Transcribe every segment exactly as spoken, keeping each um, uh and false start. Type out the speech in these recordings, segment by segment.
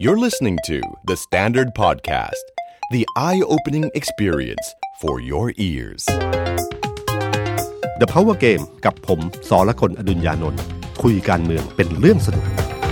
You're listening to The Standard Podcast, the eye-opening experience for your ears. The Power Game กับผมสรกล อดุลยานนท์คุยการเมืองเป็นเรื่องสนุก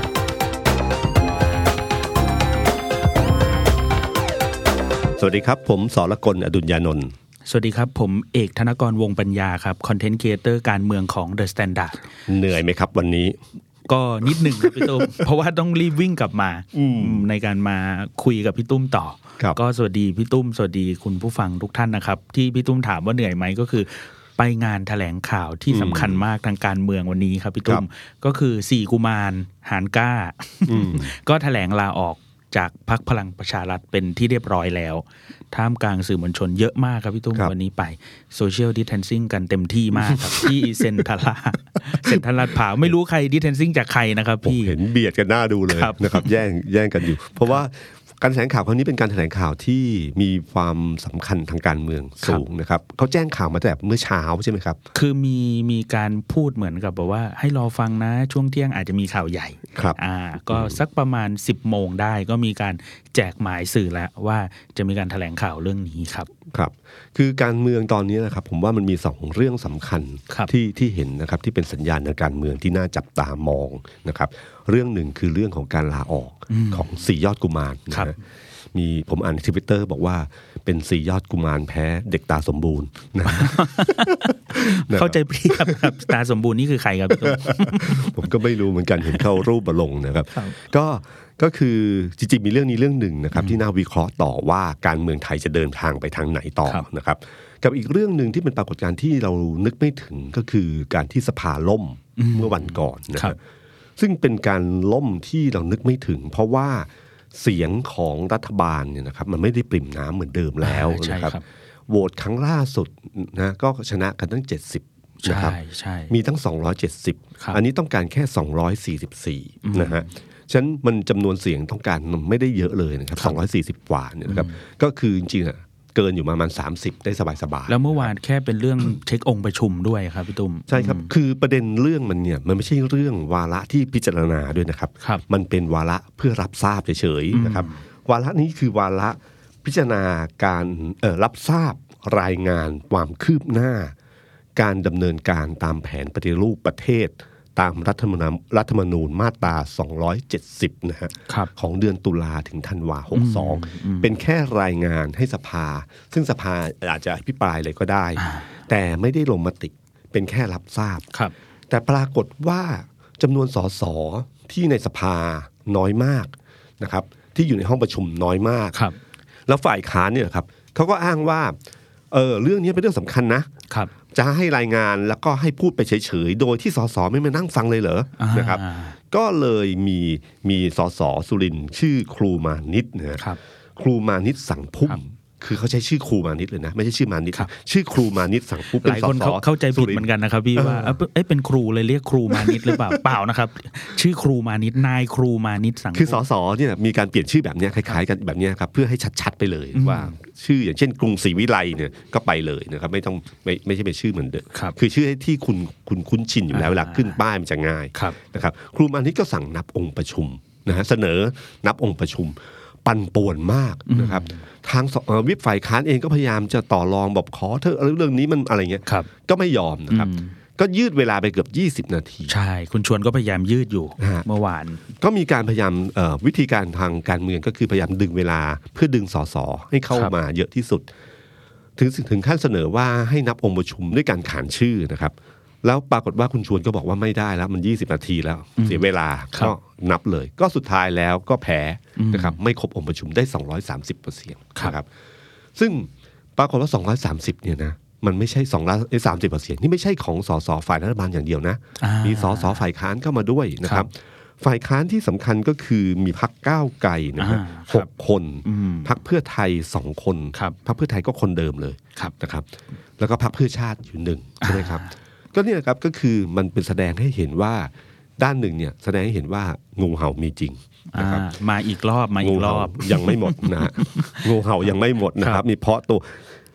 สวัสดีครับผมสรกล อดุลยานนท์สวัสดีครับผมเอกธนกรวงปัญญาครับคอนเทนต์ครีเอเตอร์การเมืองของ The Standard เหนื่อยไหมครับวันนี้ก็นิดหนึ่งครับพี่ตุ้ม เพราะว่าต้องรีบวิ่งกลับมาในการมาคุยกับพี่ตุ้มต่อก็สวัสดีพี่ตุ้มสวัสดีคุณผู้ฟังทุกท่านนะครับที่พี่ตุ้มถามว่าเหนื่อยไหมก็คือไปงานแถลงข่าวที่สำคัญมากทางการเมืองวันนี้ครับพี่ตุ้มก็คือสี่กุมารหารก้าก็แถลงลาออกจากพรรคพลังประชารัฐเป็นที่เรียบร้อยแล้วท่ามกลางสื่อมวลชนเยอะมากครับพี่ตุ้มวันนี้ไปโซเชียลดิสแทนซิ่งกันเต็มที่มากครับ ที่เซ็นทรัลลาดเซ็นทรัลลาดพร้าวไม่รู้ใครดิสแทนซิ่งจากใครนะครับพี่เห็นเบียดกันหน้าดูเลยนะครับแย่งแย่งกันอยู่เพราะว่าการแถลงข่าวครั้งนี้เป็นการแถลงข่าวที่มีความสำคัญทางการเมืองสูงนะครับเขาแจ้งข่าวมาแต่เมื่อเช้าใช่ไหมครับคือมีมีการพูดเหมือนกับบอกว่าให้รอฟังนะช่วงเที่ยงอาจจะมีข่าวใหญ่ครับอ่าก็สักประมาณสิบโมงได้ก็มีการแจกหมายสื่อแล้วว่าจะมีการแถลงข่าวเรื่องนี้ครับครับคือการเมืองตอนนี้นะครับผมว่ามันมีสองเรื่องสำคัญที่ที่เห็นนะครับที่เป็นสัญญาณทางการเมืองที่น่าจับตามองนะครับเรื่องหนึ่งคือเรื่องของการลาออกของสี่ยอดกุมารนะมีผมอ่านใน Twitter บอกว่าเป็นสี่ยอดกุมารแพ้เด็กตาสมบูรณ์นะเข้าใจผิดครับตาสมบูรณ์นี่คือใครครับผมก็ไม่รู้เหมือนกันเห็นเข้ารูปมาลงนะครับก็ก็คือจริงๆมีเรื่องนี้เรื่องหนึ่งนะครับที่น่าวิเคราะห์ต่อว่าการเมืองไทยจะเดินทางไปทางไหนต่อนะครับกับอีกเรื่องนึงที่เป็นปรากฏการณ์ที่เรานึกไม่ถึงก็คือการที่สภาล่มเมื่อวันก่อนนะครับซึ่งเป็นการล่มที่เรานึกไม่ถึงเพราะว่าเสียงของรัฐบาลเนี่ยนะครับมันไม่ได้ปริ่มน้ำเหมือนเดิมแล้วนะครับโหวตครั้งล่าสุดนะก็ชนะกันตั้งเจ็ดสิบนะครับมีทั้งสองร้อยเจ็ดสิบอันนี้ต้องการแค่สองร้อยสี่สิบสี่นะฮะฉะนั้นมันจำนวนเสียงต้องการไม่ได้เยอะเลยนะครับสองร้อยสี่สิบกว่าเนี่ยนะครับก็คือจริงๆอ่ะเกินอยู่ประมาณสามสิบได้สบายๆแล้วเมื่อวานแค่เป็นเรื่องเช็คองค์ประชุมด้วยครับพี่ตุ้มใช่ครับคือประเด็นเรื่องมันเนี่ยมันไม่ใช่เรื่องวาระที่พิจารณาด้วยนะครับมันเป็นวาระเพื่อรับทราบเฉยๆนะครับวาระนี้คือวาระพิจารณาการเอ่อรับทราบรายงานความคืบหน้าการดำเนินการตามแผนปฏิรูปประเทศตามรัฐธรรมนูญรัฐธรรมนูญมาตราสองร้อยเจ็ดสิบนะฮะของเดือนตุลาถึงธันวาหกสิบสองเป็นแค่รายงานให้สภาซึ่งสภาอาจจะอภิปรายเลยก็ได้แต่ไม่ได้ลงมติเป็นแค่รับทราบแต่ปรากฏว่าจำนวนสสที่ในสภาน้อยมากนะครับที่อยู่ในห้องประชุมน้อยมากแล้วฝ่ายค้านเนี่ยครับเขาก็อ้างว่าเออเรื่องนี้เป็นเรื่องสำคัญนะครับจะให้รายงานแล้วก็ให้พูดไปเฉยๆโดยที่สสไม่มานั่งฟังเลยเหรอนะครับก็เลยมีมีสสสุรินทร์ชื่อครูมานิตนะครับครูมานิตสังพุ่มคือเขาใช้ชื่อครูมานิตเลยนะไม่ใช่ชื่อมานิตชื่อครูมานิตสังพุ่มเป็นสสหลายคนเข้าใจผิดเหมือนกันนะครับพี่ว่าเอ๊ะเป็นครูเลยเรียกครูมานิตหรือเปล่าเปล่านะครับชื่อครูมานิตนายครูมานิตสังคือสสเนี่ยมีการเปลี่ยนชื่อแบบนี้คล้ายๆกันแบบนี้ครับเพื่อให้ชัดๆไปเลยว่าชื่ออย่างเช่นกรุงศรีวิไลเนี่ยก็ไปเลยนะครับไม่ต้องไม่ไม่ใช่เป็นชื่อเหมือนเดิมคือชื่อที่คุณคุณคุ้นชินอยู่แล้วเวลาขึ้นป้ายมันจะง่ายนะครับครูมานิตก็สั่งนับองค์ประชุมนะฮะเสนอนับองค์ประชุมปั่นป่วนมากนะครับทางวิปฝ่ายค้านเองก็พยายามจะต่อรองบอกขอเธอเรื่องนี้มันอะไรเงี้ยก็ไม่ยอมนะครับก็ยืดเวลาไปเกือบยี่สิบนาทีใช่คุณชวนก็พยายามยืดอยู่เมื่อวานก็มีการพยายามวิธีการทางการเมืองก็คือพยายามดึงเวลาเพื่อดึงสสให้เข้ามาเยอะที่สุดถึงถึงขั้นเสนอว่าให้นับองค์ประชุมด้วยการขานชื่อนะครับแล้วปรากฏว่าคุณชวนก็บอกว่าไม่ได้แล้วมันยี่สิบนาทีแล้วเสียเวลาก็นับเลยก็สุดท้ายแล้วก็แพ้นะครับไม่ครบองค์ประชุมได้สองร้อยสามสิบเปอร์เซ็นต์นะครับซึ่งปรากฏว่าสองร้อยสามสิบเนี่ยนะมันไม่ใช่สองร้อยสามสิบเปอร์เซ็นต์นี่ไม่ใช่ของสสฝ่ายรัฐบาลอย่างเดียวนะมีสสฝ่ายค้านเข้ามาด้วยนะครับฝ่ายค้านที่สำคัญก็คือมีพรรคก้าวไกลนะฮะหกคนพรรคเพื่อไทยสองคนพรรคเพื่อไทยก็คนเดิมเลยนะครับแล้วก็พรรคเพื่อชาติอยู่หนึ่งใช่ไหมครับก็เนี่ยครับก็คือมันเป็นแสดงให้เห็นว่าด้านหนึ่งเนี่ยแสดงให้เห็นว่างูเห่ามีจริงนะครับมาอีกรอบมาอีกรอบยังไม่หมดนะงูเห่ายังไม่หมดนะครับมีเพาะตัว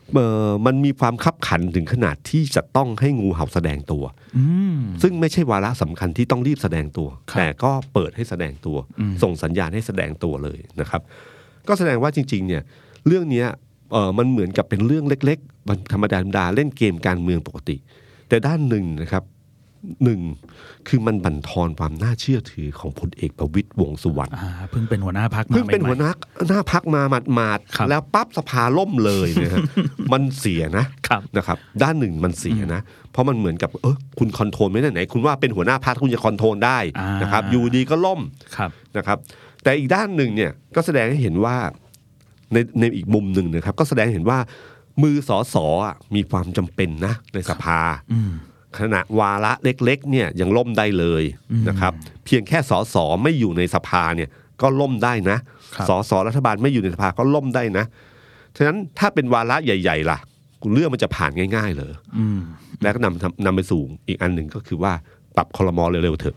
เอ่อมันมีความคับขันถึงขนาดที่จะต้องให้งูเห่าแสดงตัวซึ่งไม่ใช่วาระสำคัญที่ต้องรีบแสดงตัวแต่ก็เปิดให้แสดงตัวส่งสัญญาณให้แสดงตัวเลยนะครับก็แสดงว่าจริงๆเนี่ยเรื่องนี้เอ่อมันเหมือนกับเป็นเรื่องเล็กๆมันธรรมดาธรรมดาเล่นเกมการเมืองปกติแต่ด้านหนึ่งนะครับหนึ่งคือมันบั่นทอนความน่าเชื่อถือของพลเอกประวิตรวงษ์สุวรรณเพิ่งเป็นหัวหน้าพรรคมาเพิ่งเป็นหัวหน้าหน้าพรรคมาหมาดๆแล้วปั๊บสภาล่มเลยนะฮะ มันเสียนะนะครับด้านหนึ่งมันเสียนะเพราะมันเหมือนกับเออคุณคอนโทรลไม่ได้ไหนคุณว่าเป็นหัวหน้าพรรคคุณจะคอนโทรลได้นะครับอยู่ดีก็ล่มนะครับแต่อีกด้านหนึ่งเนี่ยก็แสดงให้เห็นว่าในในอีกมุมหนึ่งนะครับก็แสดงเห็นว่ามือสอสอมีความจำเป็นนะในสภาขณะวาระเล็กๆเนี่ยยังล่มได้เลยนะครับเพียงแค่สสไม่อยู่ในสภาเนี่ยก็ล่มได้นะสสรัฐบาลไม่อยู่ในสภาก็ล่มได้นะฉะนั้นถ้าเป็นวาระใหญ่ๆล่ะเรื่องมันจะผ่านง่ายๆเลยแล้วก็นำนำไปสู่อีกอันหนึ่งก็คือว่าปรับครม.เร็วๆเถอะ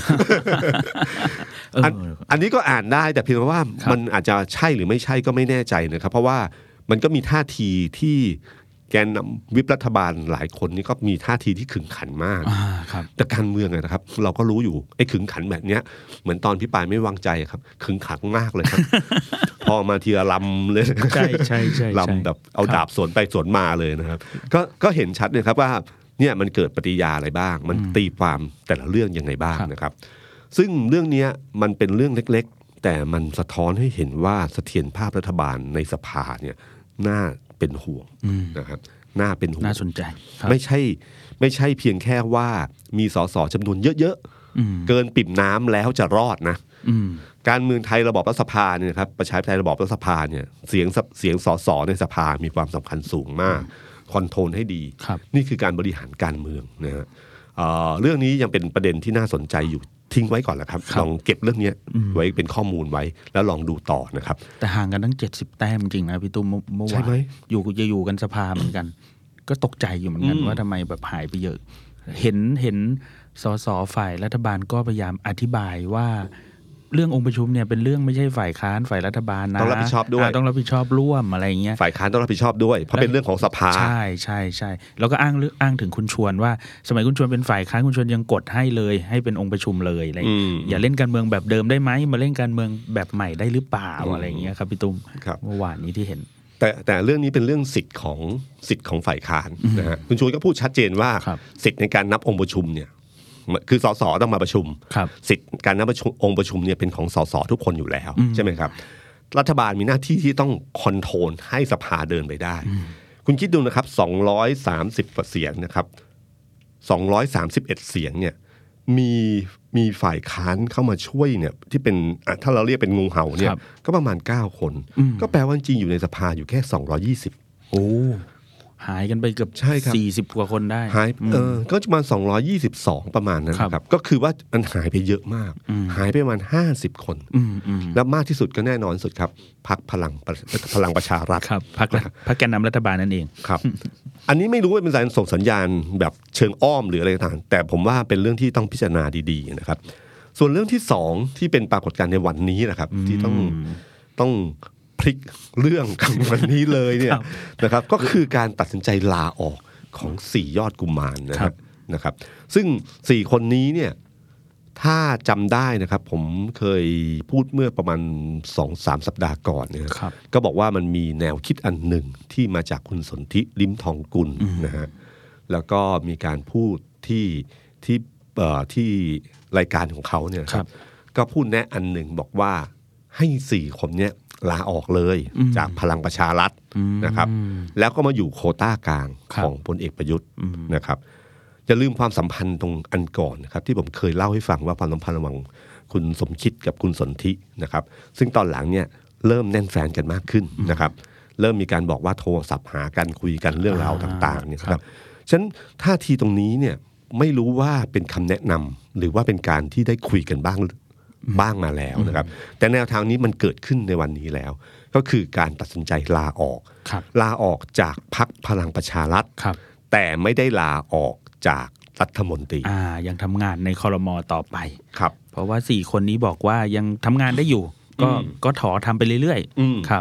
อัน, อันนี้ก็อ่านได้แต่เพียงว่ามันอาจจะใช่หรือไม่ใช่ก็ไม่แน่ใจนะครับเพราะว่ามันก็มีท่าทีที่แกนนำวิปรัฐบาลหลายคนนี่ก็มีท่าทีที่ขึงขันมากแต่การเมืองนะครับเราก็รู้อยู่ไอ้ขึงขันแบบเนี้ยเหมือนตอนพี่ปายไม่วางใจครับขึงขันมากเลยครับ พอมาทีละลำเลยใช่ใช่ใช่ลำแบบเอาดาบสวนไปสวนมาเลยนะครับก็ก็เห็นชัดเลยครับว่าเนี่ยมันเกิดปฏิกิริยาอะไรบ้างมันตีความแต่ละเรื่องยังไงบ้างนะครับซึ่งเรื่องนี้มันเป็นเรื่องเล็กๆแต่มันสะท้อนให้เห็นว่าเสถียรภาพรัฐบาลในสภาเนี่ยน่าเป็นห่วงนะครับน่าเป็นห่วงน่าสนใจไม่ใช่ไม่ใช่เพียงแค่ว่ามีสสจำนวนเยอะๆเกินปิ่มน้ำแล้วจะรอดนะการเมืองไทยระบอบรัฐสภาเนี่ยครับประชาธิปไตยระบอบรัฐสภาเนี่ยเสียงเสียงสสในสภามีความสำคัญสูงมากคอนโทรลให้ดีนี่คือการบริหารการเมืองนะฮะ เอ่อ เรื่องนี้ยังเป็นประเด็นที่น่าสนใจอยู่ทิ้งไว้ก่อนแหละครับลองเก็บเรื่องนี้ไว้เป็นข้อมูลไว้แล้วลองดูต่อนะครับแต่ห่างกันตั้งเจ็ดสิบแต้มจริงนะพี่ตุ้มเมื่อวานอยู่จะอยู่กันสภาเหมือนกันก็ตกใจอยู่เหมือนกันว่าทำไมแบบหายไปเยอะเห็นเห็นสสฝ่ายรัฐบาลก็พยายามอธิบายว่าเรื่ององค์ประชุมเนี่ยเป็นเรื่องไม่ใช่ฝ่ายค้านฝ่ายรัฐบาลนะต้องรับผิดชอบด้วยต้องรับผิดชอบร่วมอะไรเงี้ยฝ่ายค้านต้องรับผิดชอบด้วยเพราะเป็นเรื่องของสภาใช่ใช่ใช่แล้วก็อ้างอ้างถึงคุณชวนว่าสมัยคุณชวนเป็นฝ่ายค้านคุณชวนยังกดให้เลยให้เป็นองค์ประชุมเลยอะไรอย่าเล่นการเมืองแบบเดิมได้ไหมมาเล่นการเมืองแบบใหม่ได้หรือเปล่าอะไรเงี้ยครับพี่ตุ้มเมื่อวานนี้ที่เห็นแต่แต่เรื่องนี้เป็นเรื่องสิทธิ์ของสิทธิ์ของฝ่ายค้านนะฮะคุณชวนก็พูดชัดเจนว่าสิทธิ์ในการนับองค์ประชุมเนี่ยคือสสต้องมาประชุมสิทธิ์การนับประชุมองค์ประชุมเนี่ยเป็นของสสทุกคนอยู่แล้วใช่ไหมครับรัฐบาลมีหน้าที่ที่ต้องคอนโทรลให้สภาเดินไปได้คุณคิดดูนะครับสองร้อยสามสิบกว่าเสียงนะครับสองร้อยสามสิบเอ็ดเสียงเนี่ยมีมีฝ่ายค้านเข้ามาช่วยเนี่ยที่เป็นถ้าเราเรียกเป็นงูเห่าเนี่ยก็ประมาณเก้าคนก็แปลว่าจริงอยู่ในสภาอยู่แค่สองร้อยยี่สิบโอ้หายกันไปเกือบสี่สิบกว่าคนได้หายเออก็ประมาณสองร้อยยี่สิบสองประมาณนั้นครับก็คือว่ามันหายไปเยอะมากหายไปประมาณห้าสิบคนแล้วมากที่สุดก็แน่นอนสุดครับพรรคพลังพลังประชารัฐครับพรรคพรรคแกนนำรัฐบาลนั่นเองครับอันนี้ไม่รู้ว่าเป็นการส่งสัญญาณแบบเชิงอ้อมหรืออะไรต่างแต่ผมว่าเป็นเรื่องที่ต้องพิจารณาดีๆนะครับส่วนเรื่องที่สองที่เป็นปรากฏการณ์ในวันนี้นะครับที่ต้องต้องพลิกเรื่องของวันนี้เลยเนี่ยนะครับก็คือการตัดสินใจลาออกของสี่ยอดกุมารนะครับนะครับซึ่งสี่คนนี้เนี่ยถ้าจำได้นะครับผมเคยพูดเมื่อประมาณ สองถึงสาม สัปดาห์ก่อนนะครับก็บอกว่ามันมีแนวคิดอันหนึ่งที่มาจากคุณสนธิลิ้มทองกุลนะฮะแล้วก็มีการพูดที่ที่เอ่อที่รายการของเขาเนี่ยครับก็พูดแนะอันหนึ่งบอกว่าให้สี่คนเนี้ยลาออกเลยจากพลังประชารัฐนะครับแล้วก็มาอยู่โควต้ากลางของพลเอกประยุทธ์นะครับอย่าลืมความสัมพันธ์ตรงอันก่อนนะครับที่ผมเคยเล่าให้ฟังว่าความสัมพันธ์ระหว่างคุณสมคิดกับคุณสนธินะครับซึ่งตอนหลังเนี่ยเริ่มแน่นแฟนกันมากขึ้นนะครับเริ่มมีการบอกว่าโทรศัพท์หากันคุยกันเรื่องราวต่างๆเนี่ยครับฉะนั้นท่าทีตรงนี้เนี่ยไม่รู้ว่าเป็นคำแนะนำหรือว่าเป็นการที่ได้คุยกันบ้างบ้างมาแล้วนะครับแต่แนวทางนี้มันเกิดขึ้นในวันนี้แล้วก็คือการตัดสินใจลาออกลาออกจากพรรคพลังประชารัฐแต่ไม่ได้ลาออกจากรัฐมนตรีอ่ายังทำงานในครม.ต่อไปครับเพราะว่าสี่คนนี้บอกว่ายังทำงานได้อยู่ก็ก็ถอทำไปเรื่อยๆครับ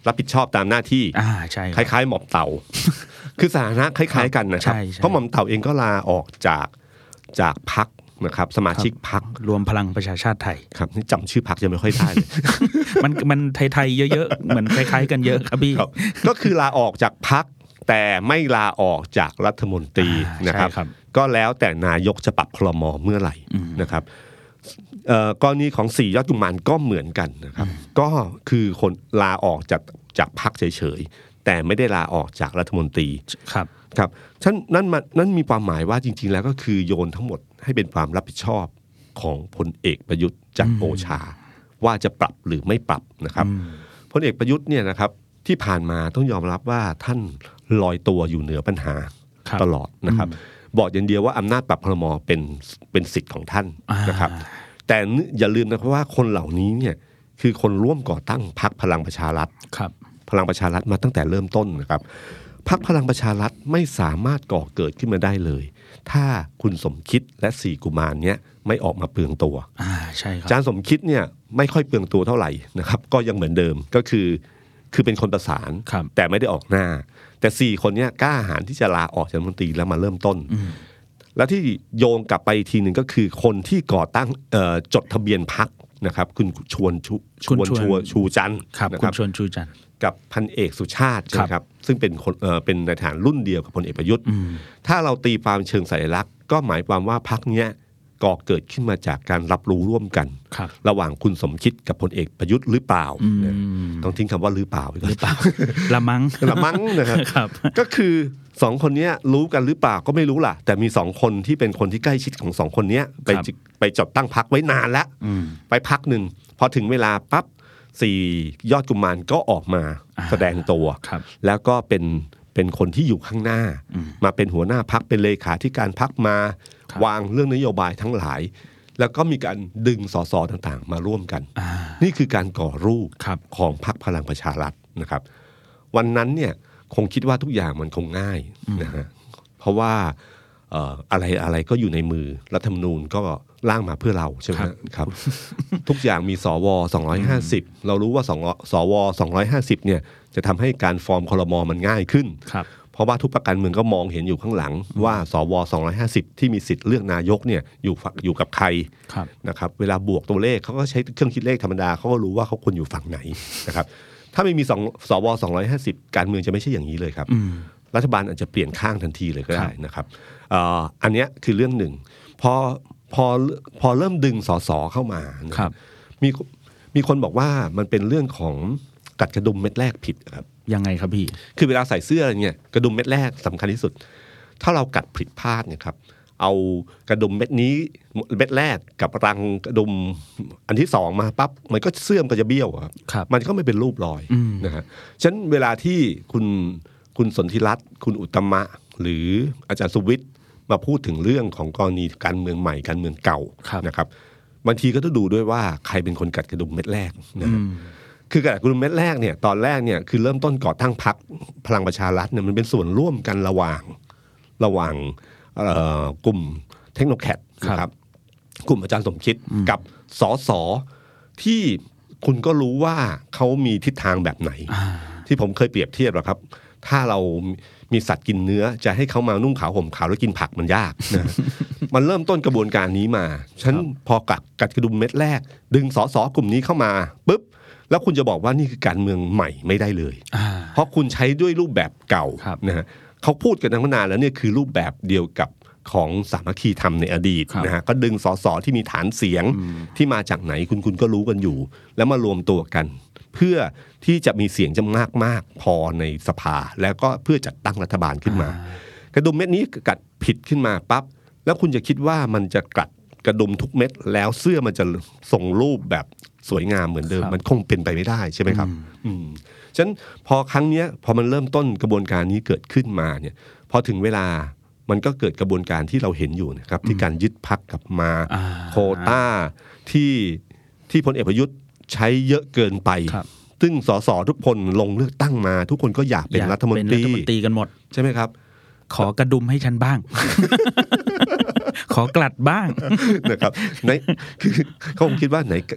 รับผิดชอบตามหน้าที่คล้ายๆหม่อมเต่า คือสถานะคล้ายๆกันนะครับเพราะหม่อมเต่าเองก็ลาออกจากจากพรรคนะครับสมาชิกพรรครวมพลังประชาชาติไทยครับนี่จำชื่อพรรคยังไม่ค่อยได้เลยมันมันไทยๆเยอะๆเหมือนคล้ายๆกันเยอะครับพี่ก็คือลาออกจากพรรคแต่ไม่ลาออกจากรัฐมนตรีนะครับก็แล้วแต่นายกจะปรับครม.เมื่อไหร่นะครับกรณีของสี่ยอดกุมารก็เหมือนกันนะครับก็คือคนลาออกจากจากพรรคเฉยๆแต่ไม่ได้ลาออกจากรัฐมนตรีครับครับฉะนั้นนั่นนั่นมีความหมายว่าจริงๆแล้วก็คือโยนทั้งหมดให้เป็นความรับผิดชอบของพลเอกประยุทธ์จันทร์โอชาว่าจะปรับหรือไม่ปรับนะครับพลเอกประยุทธ์เนี่ยนะครับที่ผ่านมาต้องยอมรับว่าท่านลอยตัวอยู่เหนือปัญหาตลอดนะครับบอกอย่างเดียวว่าอำนาจปรับครม.เป็นเป็นสิทธิ์ของท่านนะครับแต่อย่าลืมนะครับว่าคนเหล่านี้เนี่ยคือคนร่วมก่อตั้งพรรคพลังประชารัฐพลังประชารัฐมาตั้งแต่เริ่มต้นนะครับพรรคพลังประชารัฐไม่สามารถก่อเกิดขึ้นมาได้เลยถ้าคุณสมคิดและสี่กุมารเนี้ยไม่ออกมาเปลืองตัวอ่าใช่ครับอาจารย์สมคิดเนี่ยไม่ค่อยเปลืองตัวเท่าไหร่นะครับก็ยังเหมือนเดิมก็คือคือเป็นคนประสานแต่ไม่ได้ออกหน้าแต่สี่คนเนี้ยกล้าหาญที่จะลาออกจากรัฐมนตรีแล้วมาเริ่มต้นแล้วที่โยงกลับไปทีหนึ่งก็คือคนที่ก่อตั้งจดทะเบียนพรรคนะครับคุณชวนชูชวนชูชูจันทร์นะครับคุณชวนชูจันทร์กับพันเอกสุชาติใช่ไหมครับซึ่งเป็นคนเอ่อเป็นในฐานรุ่นเดียวกับพลเอกประยุทธ์ถ้าเราตีความเชิงสัญลักษณ์ก็หมายความว่าพรรคเนี้ยก่อเกิดขึ้นมาจากการรับรู้ร่วมกันระหว่างคุณสมคิดกับพลเอกประยุทธ์หรือเปล่าต้องทิ้งคำว่าหรือเปล่าหรือเปล่าละมั้งละมั้งนะครับก็คือสองคนนี้รู้กันหรือเปล่าก็ไม่รู้ล่ะแต่มีสองคนที่เป็นคนที่ใกล้ชิดของสองคนนี้ไปไปจดตั้งพรรคไว้นานแล้วไปพรรคหนึ่งพอถึงเวลาปั๊บสี่ยอดกุมารก็ออกมาแสดงตัวแล้วก็เป็นเป็นคนที่อยู่ข้างหน้ามาเป็นหัวหน้าพรรคเป็นเลขาธิการพรรคมาวางเรื่องนโยบายทั้งหลายแล้วก็มีการดึงสสต่างๆมาร่วมกันนี่คือการก่อรูปของพรรคพลังประชารัฐนะครับวันนั้นเนี่ยคงคิดว่าทุกอย่างมันคงง่ายนะฮะเพราะว่าอะไรอะไรก็อยู่ในมือรัฐธรรมนูญก็ร่างมาเพื่อเราใช่ไหมครับทุกอย่างมีสวสองร้อยห้าสิบเรารู้ว่าสวสองร้อยห้าสิบเนี่ยจะทำให้การฟอร์มครม.มันง่ายขึ้นเพราะว่าทุกประการเมืองก็มองเห็นอยู่ข้างหลังว่าสวสองร้อยห้าสิบที่มีสิทธิ์เลือกนายกเนี่ยอยู่อยู่กับใครนะครับเวลาบวกตัวเลขเขาก็ใช้เครื่องคิดเลขธรรมดาเขาก็รู้ว่าเขาควรอยู่ฝั่งไหนนะครับถ้าไม่มีสวสองร้อยห้าสิบการเมืองจะไม่ใช่อย่างนี้เลยครับรัฐบาลอาจจะเปลี่ยนข้างทันทีเลยก็ได้นะครับอันนี้คือเรื่องหนึ่งพอพอพอเริ่มดึงสสเข้ามามีมีคนบอกว่ามันเป็นเรื่องของกัดกระดุมเม็ดแรกผิดครับยังไงครับพี่คือเวลาใส่เสื้ออะไรเนี่ยกระดุมเม็ดแรกสำคัญที่สุดถ้าเรากัดผิดพลาดเนี่ยครับเอากระดุมเม็ดนี้เม็ดแรกกับรังกระดุมอันที่สองมาปั๊บมันก็เสื่อมก็จะเบี้ยวครับมันก็ไม่เป็นรูปรอยนะฮะฉะนั้นเวลาที่คุณคุณสนธิรัตน์คุณอุตตมะหรืออาจารย์สุวิทย์มาพูดถึงเรื่องของกรณีการเมืองใหม่การเมืองเก่านะครับบางทีก็ต้องดูด้วยว่าใครเป็นคนกัดกระดุมเม็ดแรกนะคือกัดกระดุมเม็ดแรกเนี่ยตอนแรกเนี่ยคือเริ่มต้นก่อตั้งพรรคพลังประชารัฐเนี่ยมันเป็นส่วนร่วมกันระหว่างระหว่างกลุ่มเทคโนแครดนะครับกลุ่มอาจารย์สมคิดกับสสที่คุณก็รู้ว่าเขามีทิศทางแบบไหนที่ผมเคยเปรียบเทียบหรอครับถ้าเรามีสัตว์กินเนื้อจะให้เขามานุ่งขาวห่มขาวแล้วกินผักมันยากนะ มันเริ่มต้นกระบวนการนี้มาฉันพอกัดกัดกระดุมเม็ดแรกดึงสสกลุ่มนี้เข้ามาปุ๊บแล้วคุณจะบอกว่านี่คือการเมืองใหม่ไม่ได้เลยเพราะคุณใช้ด้วยรูปแบบเก่านะฮะเขาพูดกันตั้งนานแล้วเนี่ยคือรูปแบบเดียวกับของสามัคคีธรรมในอดีตนะฮะก็ดึงสสที่มีฐานเสียงที่มาจากไหนคุณคุณก็รู้กันอยู่แล้วมารวมตัวกันเพื่อที่จะมีเสียงจำนวนมากพอในสภาแล้วก็เพื่อจัดตั้งรัฐบาลขึ้นมากระดุมเม็ดนี้กัดผิดขึ้นมาปั๊บแล้วคุณจะคิดว่ามันจะกัดกระดุมทุกเม็ดแล้วเสื้อมันจะส่งรูปแบบสวยงามเหมือนเดิมมันคงเป็นไปไม่ได้ใช่ไหมครับอืมฉะนั้นพอครั้งนี้พอมันเริ่มต้นกระบวนการนี้เกิดขึ้นมาเนี่ยพอถึงเวลามันก็เกิดกระบวนการที่เราเห็นอยู่นะครับที่การยึดพรรคกลับมาโควต้าที่ที่พลเอกประยุทธ์ใช้เยอะเกินไปซึ่งสสทุกคนลงเลือกตั้งมาทุกคนก็อยากเป็นรัฐมนตรีเป็นรัฐมนตรีกันหมดใช่ไหมครับขอกระดุมให้ฉันบ้าง ขอกลัดบ้างนะครับในคือเขาคงคิดว่าไหน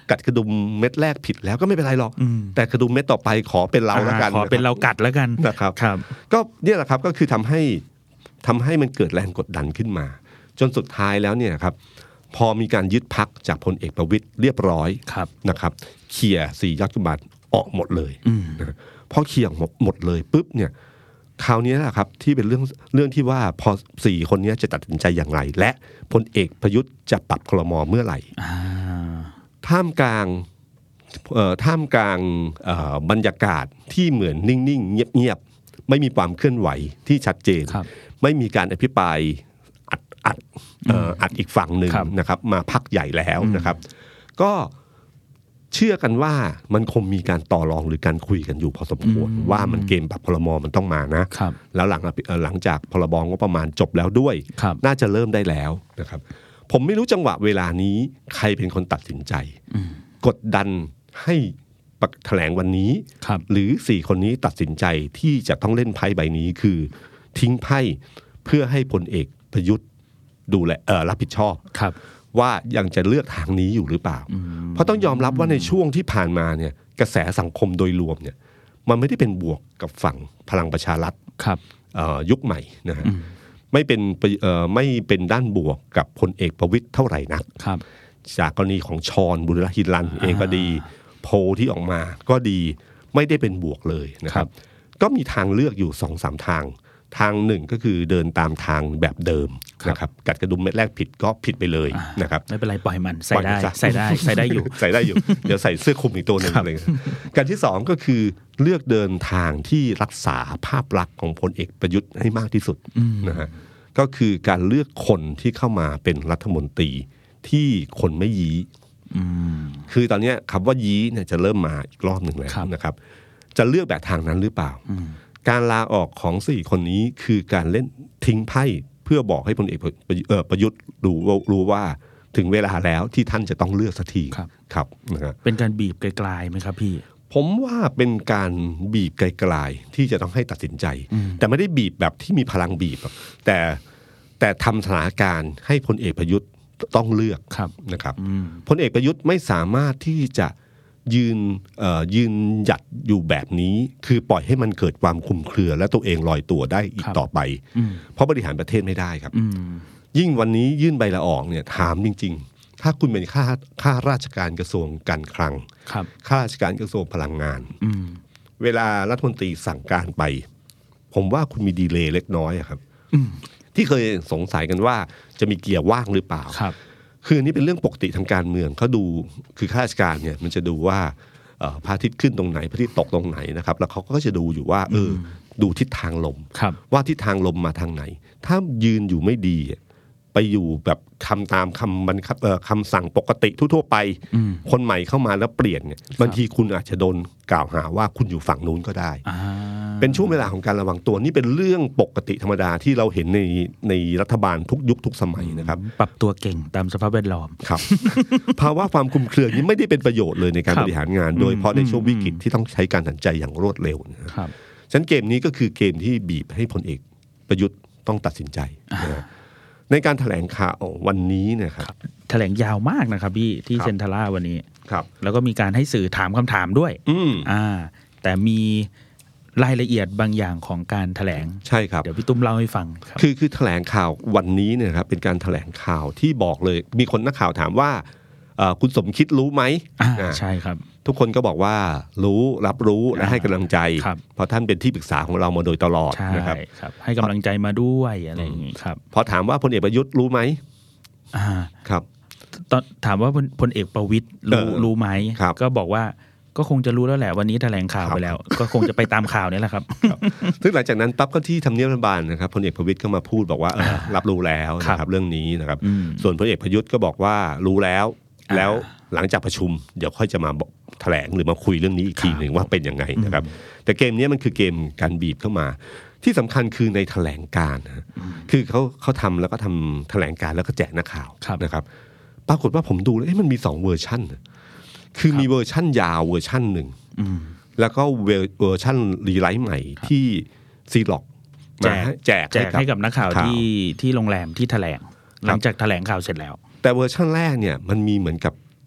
กัดกระดุมเม็ดแรกผิดแล้วก็ไม่เป็นไรหรอกแต่กระดุมเม็ดต่อไปขอเป็นเราแล้วกันขอเป็นเรากัดแล้วกันนะครับครับก็เนี่ยแหละครับก็คือทำให้ทำให้มันเกิดแรงกดดันขึ้นมาจนสุดท้ายแล้วเนี่ยครับพอมีการยึดพรรคจากพลเอกประวิตรเรียบร้อยนะครับเคลียร์สี่ยอดกุมารออกหมดเลยนะพอเคลียร์หมดหมดเลยปุ๊บเนี่ยคราวนี้แหละครับที่เป็นเรื่องเรื่องที่ว่าพอสี่คนนี้จะตัดสินใจอย่างไรและพลเอกประยุทธ์จะปรับครม.เมื่อไหร่ท่ามกลางเอ่อท่ามกลางเอ่อบรรยากาศที่เหมือนนิ่งๆเงียบๆไม่มีความเคลื่อนไหวที่ชัดเจนไม่มีการอภิปรายอัดอัดเอ่ออัดอีกฝั่งหนึ่งนะครับมาพักใหญ่แล้วนะครับก็เชื่อกันว่ามันคงมีการต่อรองหรือการคุยกันอยู่พอสมควรว่ามันเกมปรับพรม.มันต้องมานะแล้วหลังหลังจากพรบงบประมาณจบแล้วด้วยน่าจะเริ่มได้แล้วนะครับผมไม่รู้จังหวะเวลานี้ใครเป็นคนตัดสินใจกดดันให้แถลงวันนี้หรือสี่คนนี้ตัดสินใจที่จะต้องเล่นไพ่ใบนี้คือทิ้งไพ่เพื่อให้พลเอกประยุทธ์ดูแลเอ่อรับผิดชอบว่ายังจะเลือกทางนี้อยู่หรือเปล่าเพราะต้องยอมรับว่าในช่วงที่ผ่านมาเนี่ยกระแสสังคมโดยรวมเนี่ยมันไม่ได้เป็นบวกกับฝั่งพลังประชารัฐยุคใหม่นะฮะไม่เป็นไม่เป็นด้านบวกกับพลเอกประวิตรเท่าไหร่นักจากกรณีของชรบุรหิรันเองก็ดีโพลที่ออกมาก็ดีไม่ได้เป็นบวกเลยนะครับก็มีทางเลือกอยู่ สองสาม ทางทางหนึ่งก็คือเดินตามทางแบบเดิมนะครับกัดกระดุมเม็ดแรกผิดก็ผิดไปเลยนะครับไม่เป็นไรปล่อยมันใส่ได้ใส่ได้ใส่ได้อยู่ใส่ได้อยู่เดี๋ยวใส่เสื้อคลุมอีกตัวนึงเลยการที่สองก็คือเลือกเดินทางที่รักษาภาพลักษณ์ของพลเอกประยุทธ์ให้มากที่สุดนะฮะก็คือการเลือกคนที่เข้ามาเป็นรัฐมนตรีที่คนไม่ยี้คือตอนนี้คำว่ายี้เนี่ยจะเริ่มมาอีกรอบหนึ่งแล้วนะครับจะเลือกแบบทางนั้นหรือเปล่าการลาออกของสี่คนนี้คือการเล่นทิ้งไพ่เพื่อบอกให้พลเอกประยุทธ์รู้รู้ว่าถึงเวลาแล้วที่ท่านจะต้องเลือกสักทีครับนะครับเป็นการบีบไกลๆไหมครับพี่ผมว่าเป็นการบีบไกลๆที่จะต้องให้ตัดสินใจแต่ไม่ได้บีบแบบที่มีพลังบีบแต่แต่ทำสถานการณ์ให้พลเอกประยุทธ์ต้องเลือกนะครับพลเอกประยุทธ์ไม่สามารถที่จะยืนยืนหยัดอยู่แบบนี้คือปล่อยให้มันเกิดความคลุมเครือและตัวเองลอยตัวได้อีกต่อไปเพราะบริหารประเทศไม่ได้ครับยิ่งวันนี้ยื่นใบลาออกเนี่ยถามจริงๆถ้าคุณเป็นข้าข้าราชการกระทรวงการคลังข้าราชการกระทรวงพลังงานเวลารัฐมนตรีสั่งการไปผมว่าคุณมีดีเลย์เล็กน้อยครับที่เคยสงสัยกันว่าจะมีเกียร์ว่างหรือเปล่าคือนี่เป็นเรื่องปกติทางการเมืองเขาดูคือข้าราชการเนี่ยมันจะดูว่าพระอาทิตย์ขึ้นตรงไหนพระอาทิตย์ตกตรงไหนนะครับแล้วเขาก็จะดูอยู่ว่าเออดูทิศทางลมว่าทิศทางลมมาทางไหนถ้ายืนอยู่ไม่ดีไปอยู่แบบคำตามคำบังคับคำสั่งปกติทั่วๆไปคนใหม่เข้ามาแล้วเปลี่ยนเนี่ยบางทีคุณอาจจะโดนกล่าวหาว่าคุณอยู่ฝั่งนู้นก็ได้เป็นช่วงเวลาของการระวังตัวนี่เป็นเรื่องปกติธรรมดาที่เราเห็นในในรัฐบาลทุกยุคทุกสมัยนะครับปรับตัวเก่งตามสภาพแวดล้อมครับ ภาวะความคลุมเครือนี้ไม่ได้เป็นประโยชน์เลยในการบริหารงานโดยเฉพาะในช่วงวิกฤตที่ต้องใช้การตัดสินใจอย่างรวดเร็วนะครับฉะนั้นเกมนี้ก็คือเกมที่บีบให้พลเอกประยุทธ์ต้องตัดสินใจในการแถลงข่าววันนี้เนี่ยครับแถลงยาวมากนะครับพี่ที่เซ็นทรัลวันนี้ครับแล้วก็มีการให้สื่อถามคำถามด้วยอ่าแต่มีรายละเอียดบางอย่างของการแถลงใช่ครับเดี๋ยวพี่ตุ้มเล่าให้ฟังคือคือแถลงข่าววันนี้เนี่ยครับเป็นการแถลงข่าวที่บอกเลยมีคนนักข่าวถามว่าคุณสมคิดรู้ไหมใช่ครับทุกคนก็บอกว่ารู้รับรู้และให้กำลังใจเพราะท่านเป็นที่ปรึกษาของเรามาโดยตลอดนะครับให้กำลังใจมาด้วยอะไรอย่างนี้ครับพอถามว่าพลเอกประยุทธ์รู้ไหมครับตอนถามว่าพลเอกประวิตรรู้รู้ไหมก็บอกว่าก็คงจะรู้แล้วแหละวันนี้แถลงข่าวไปแล้วก็คงจะไปตามข่าวนี่แหละครับซึ่งหลังจากนั้นปั๊บก็ที่ทำเนียบรัฐบาลนะครับพลเอกประวิตรก็มาพูดบอกว่ารับรู้แล้วนะครับเรื่องนี้นะครับส่วนพลเอกประยุทธ์ก็บอกว่ารู้แล้วแล้วหลังจากประชุมเดี๋ยวค่อยจะมาแถลงหรือมาคุยเรื่องนี้อีกทีหนึ่งว่าเป็นยังไงนะครับแต่เกมนี้มันคือเกมการบีบเข้ามาที่สำคัญคือในแถลงการนะคือเขาเขาทำแล้วก็ทำแถลงการแล้วก็แจกนักข่าวนะครับปรากฏว่าผมดูแล้วมันมีสองเวอร์ชันคือมีเวอร์ชั่นยาวเวอร์ชั่นหนึ่งแล้วก็เวอร์ชั่นรีไลท์ใหม่ที่ซีล็อกมาแจกแจกให้กับนักข่าวที่ที่โรงแรมที่แถลงหลังจากแถลงข่าวเสร็จแล้วแต่เวอร์ชั่นแรกเนี่ยมันมีเหมือนกับแจก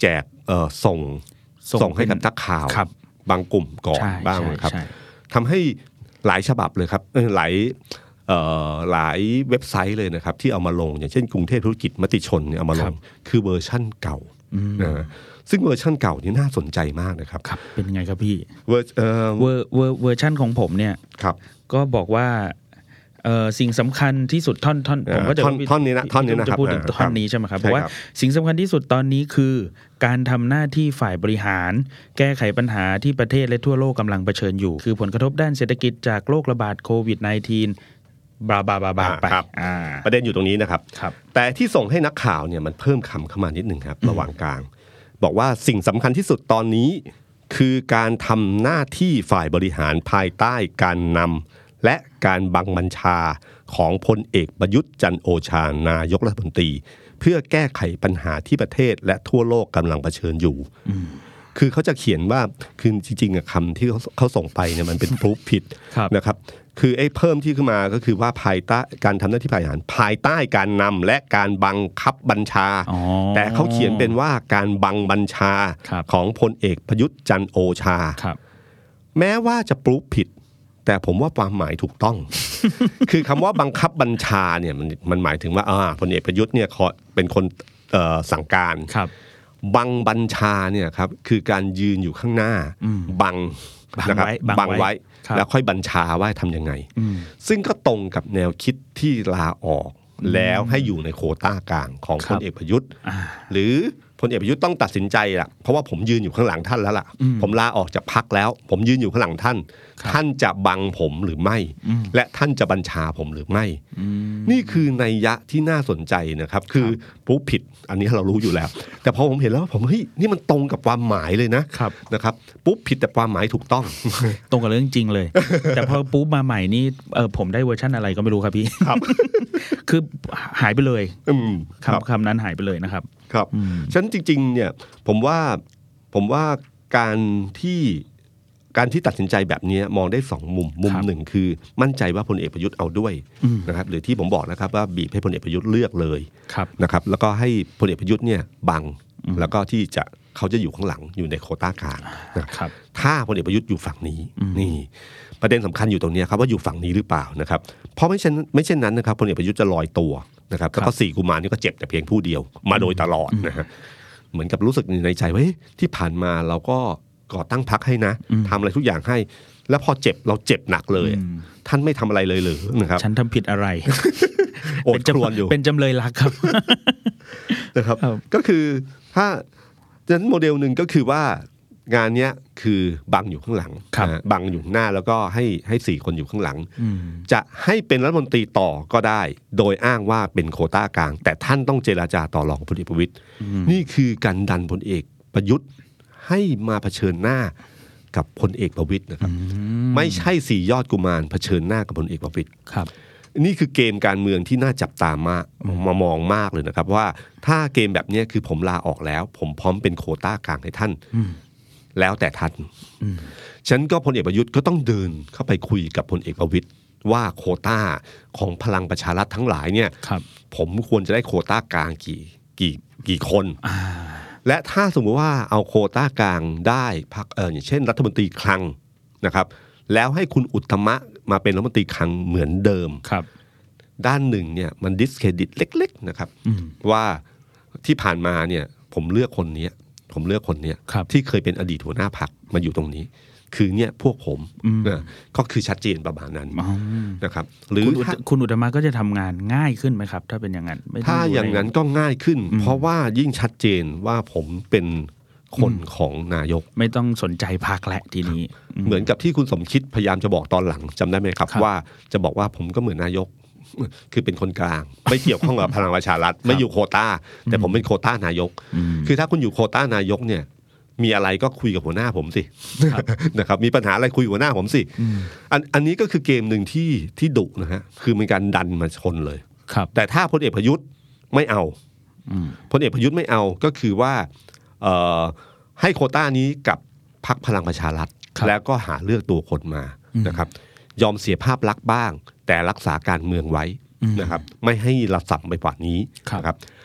เอ่อส่งส่งให้กับนักข่าวบางกลุ่มก่อนบ้างนะครับทำให้หลายฉบับเลยครับหลายหลายเว็บไซต์เลยนะครับที่เอามาลงอย่างเช่นกรุงเทพธุรกิจมติชนเนี่ยเอามาลงคือเวอร์ชั่นเก่านะซึ่งเวอร์ชั่นเก่านี่น่าสนใจมากนะครับครับเป็นไงครับพี่เวอร์เอ่อเวอร์เวอร์เวอร์ชั่นของผมเนี่ยก็บอกว่าเอ่อสิ่งสำคัญที่สุดท่อนท่อนผมก็จะท่อนนี้นะท่อนนี้นะครับจะพูดถึงท่อนนี้ใช่ไหมครับเพราะว่าสิ่งสำคัญที่สุดตอนนี้คือการทำหน้าที่ฝ่ายบริหารแก้ไขปัญหาที่ประเทศและทั่วโลกกำลังเผชิญอยู่คือผลกระทบด้านเศรษฐกิจจากโรคระบาดโควิด สิบเก้า บาบาบาบาไปประเด็นอยู่ตรงนี้นะครับแต่ที่ส่งให้นักข่าวเนี่ยมันเพิ่มคำเข้ามานิดนึงครับระหว่างกลางบอกว่าสิ่งสำคัญที่สุดตอนนี้คือการทำหน้าที่ฝ่ายบริหารภายใต้การนำและการบังคับบัญชาของพลเอกประยุทธ์จันทร์โอชานายกรัฐมนตรีเพื่อแก้ไขปัญหาที่ประเทศและทั่วโลกกำลังเผชิญอยู่คือเขาจะเขียนว่าคือจริงๆคำที่เขาส่งไปเนี่ยมันเป็นพรูฟผิดนะครับคือไอ้เพิ่มที่ขึ้นมาก็คือว่าภายใต้การทำหน้าที่ฝ่ายบริหารภายใต้การนำและการบังคับบัญชาแต่เขาเขียนเป็นว่าการบังบัญชาของพลเอกประยุทธ์จันทร์โอชาแม้ว่าจะปรูฟผิดแต่ผมว่าความหมายถูกต้อง คือคำว่าบังคับบัญชาเนี่ยมันมันหมายถึงว่าอ่าพลเอกประยุทธ์เนี่ยเป็นคนเอ่อสั่งการบังบัญชาเนี่ยครับคือการยืนอยู่ข้างหน้าบังนะครับบังไว้แล้วค่อยบัญชาว่าทำยังไงซึ่งก็ตรงกับแนวคิดที่ลาออกแล้วให้อยู่ในโควต้ากลางของพลเอกประยุทธ์หรือพลเอกประยุทธ์ต้องตัดสินใจล่ะเพราะว่าผมยืนอยู่ข้างหลังท่านแล้วล่ะผมลาออกจากพรรคแล้วผมยืนอยู่ข้างหลังท่านท่านจะบังผมหรือไม่และท่านจะบัญชาผมหรือไม่นี่คือนัยยะที่น่าสนใจนะครับคือปุ๊บผิดอันนี้เรารู้อยู่แล้วแต่พอผมเห็นแล้วผมเฮ้ยนี่มันตรงกับความหมายเลยนะนะครับปุ๊บผิดแต่ความหมายถูกต้องตรงกับเรื่องจริงเลยแต่พอปุ๊บมาใหม่นี่เออผมได้เวอร์ชันอะไรก็ไม่รู้ครับพี่ครับคือหายไปเลยคำคำนั้นหายไปเลยนะครับครับฉะนั้นจริงๆเนี่ยผมว่าผมว่าการที่การที่ตัดสินใจแบบนี้มองได้สองมุมมุมหนึ่งคือมั่นใจว่าพลเอกประยุทธ์เอาด้วยนะครับหรือที่ผมบอกนะครับว่าบีบให้พลเอกประยุทธ์เลือกเลยนะครับแล้วก็ให้พลเอกประยุทธ์เนี่ยบังแล้วก็ที่จะเขาจะอยู่ข้างหลังอยู่ในโควต้ากลางนะครับถ้าพลเอกประยุทธ์อยู่ฝั่งนี้นี่ประเด็นสำคัญอยู่ตรงนี้ครับว่าอยู่ฝั่งนี้หรือเปล่านะครับเพราะไม่เช่นไม่เช่นนั้นนะครับพลเอกประยุทธ์จะลอยตัวนะครับแล้วก็สี่กุมารนี่ก็เจ็บแต่เพียงผู้เดียวมาโดยตลอดนะฮะเหมือนกับรู้สึกในใจว่าที่ผ่านมาเราก็ก่อตั้งพรรคให้นะทำอะไรทุกอย่างให้แล้วพอเจ็บเราเจ็บหนักเลยท่านไม่ทำอะไรเลยหรือนะครับฉันทำผิดอะไรโอดครวญอยู่เป็นจำเลยรักครับนะครับก็คือถ้าฉะนั้นโมเดลหนึ่งก็คือว่างานนี้คือบังอยู่ข้างหลังบังอยู่หน้าแล้วก็ให้ให้สี่คนอยู่ข้างหลังจะให้เป็นรัฐมนตรีต่อก็ได้โดยอ้างว่าเป็นโควต้ากลางแต่ท่านต้องเจรจาต่อรองพลเอกประวิตรนี่คือการดันพลเอกประยุทธ์ให้มาเผชิญหน้ากับพลเอกประวิตรนะครับไม่ใช่สี่ยอดกุมารเผชิญหน้ากับพลเอกประวิตรครับนี่คือเกมการเมืองที่น่าจับตามากมามองมากเลยนะครับว่าถ้าเกมแบบนี้คือผมลาออกแล้วผมพร้อมเป็นโควต้ากลางให้ท่านแล้วแต่ท่านฉันก็พลเอกประยุทธ์ก็ต้องเดินเข้าไปคุยกับพลเอกประวิตรว่าโควต้าของพลังประชารัฐทั้งหลายเนี่ยผมควรจะได้โควต้ากลางกี่กี่กี่คนและถ้าสมมติว่าเอาโควต้ากลางได้พรรคเอออย่างเช่นรัฐมนตรีคลังนะครับแล้วให้คุณอุตตมะมาเป็นรัฐมนตรีคลังเหมือนเดิมด้านหนึ่งเนี่ยมันดิสเครดิตเล็กๆนะครับว่าที่ผ่านมาเนี่ยผมเลือกคนนี้ผมเลือกคนนี้ที่เคยเป็นอดีตหัวหน้าพรรคมาอยู่ตรงนี้คือเนี่ยพวกผมนะก็คือชัดเจนประมาณนั้นนะครับหรือคุณอุตตมะก็จะทำงานง่ายขึ้นไหมครับถ้าเป็นอย่างนั้นถ้าอย่างนั้นก็ง่ายขึ้นเพราะว่ายิ่งชัดเจนว่าผมเป็นคนของนายกไม่ต้องสนใจพรรคและทีนี้เหมือนกับที่คุณสมคิดพยายามจะบอกตอนหลังจำได้ไหมครับว่าจะบอกว่าผมก็เหมือนนายกคือเป็นคนกลางไม่เกี่ยวข้องกับพลังประชารัฐไม่อยู่โควต้าแต่ผมเป็นโควต้านายกคือถ้าคุณอยู่โควต้านายกเนี่ยมีอะไรก็คุยกับหัวหน้าผมสินะครับมีปัญหาอะไรคุยกับหัวหน้าผมสิอันอันนี้ก็คือเกมหนึ่งที่ที่ดุนะฮะคือเป็นการดันมาชนเลยแต่ถ้าพลเอกประยุทธ์ไม่เอาพลเอกประยุทธ์ไม่เอาก็คือว่าให้โควต้านี้กับพรรคพลังประชารัฐแล้วก็หาเลือกตัวคนมานะครับยอมเสียภาพลักษณ์บ้างแต่รักษาการเมืองไว้นะครับไม่ให้ระส่ำไปกว่านี้นะครับ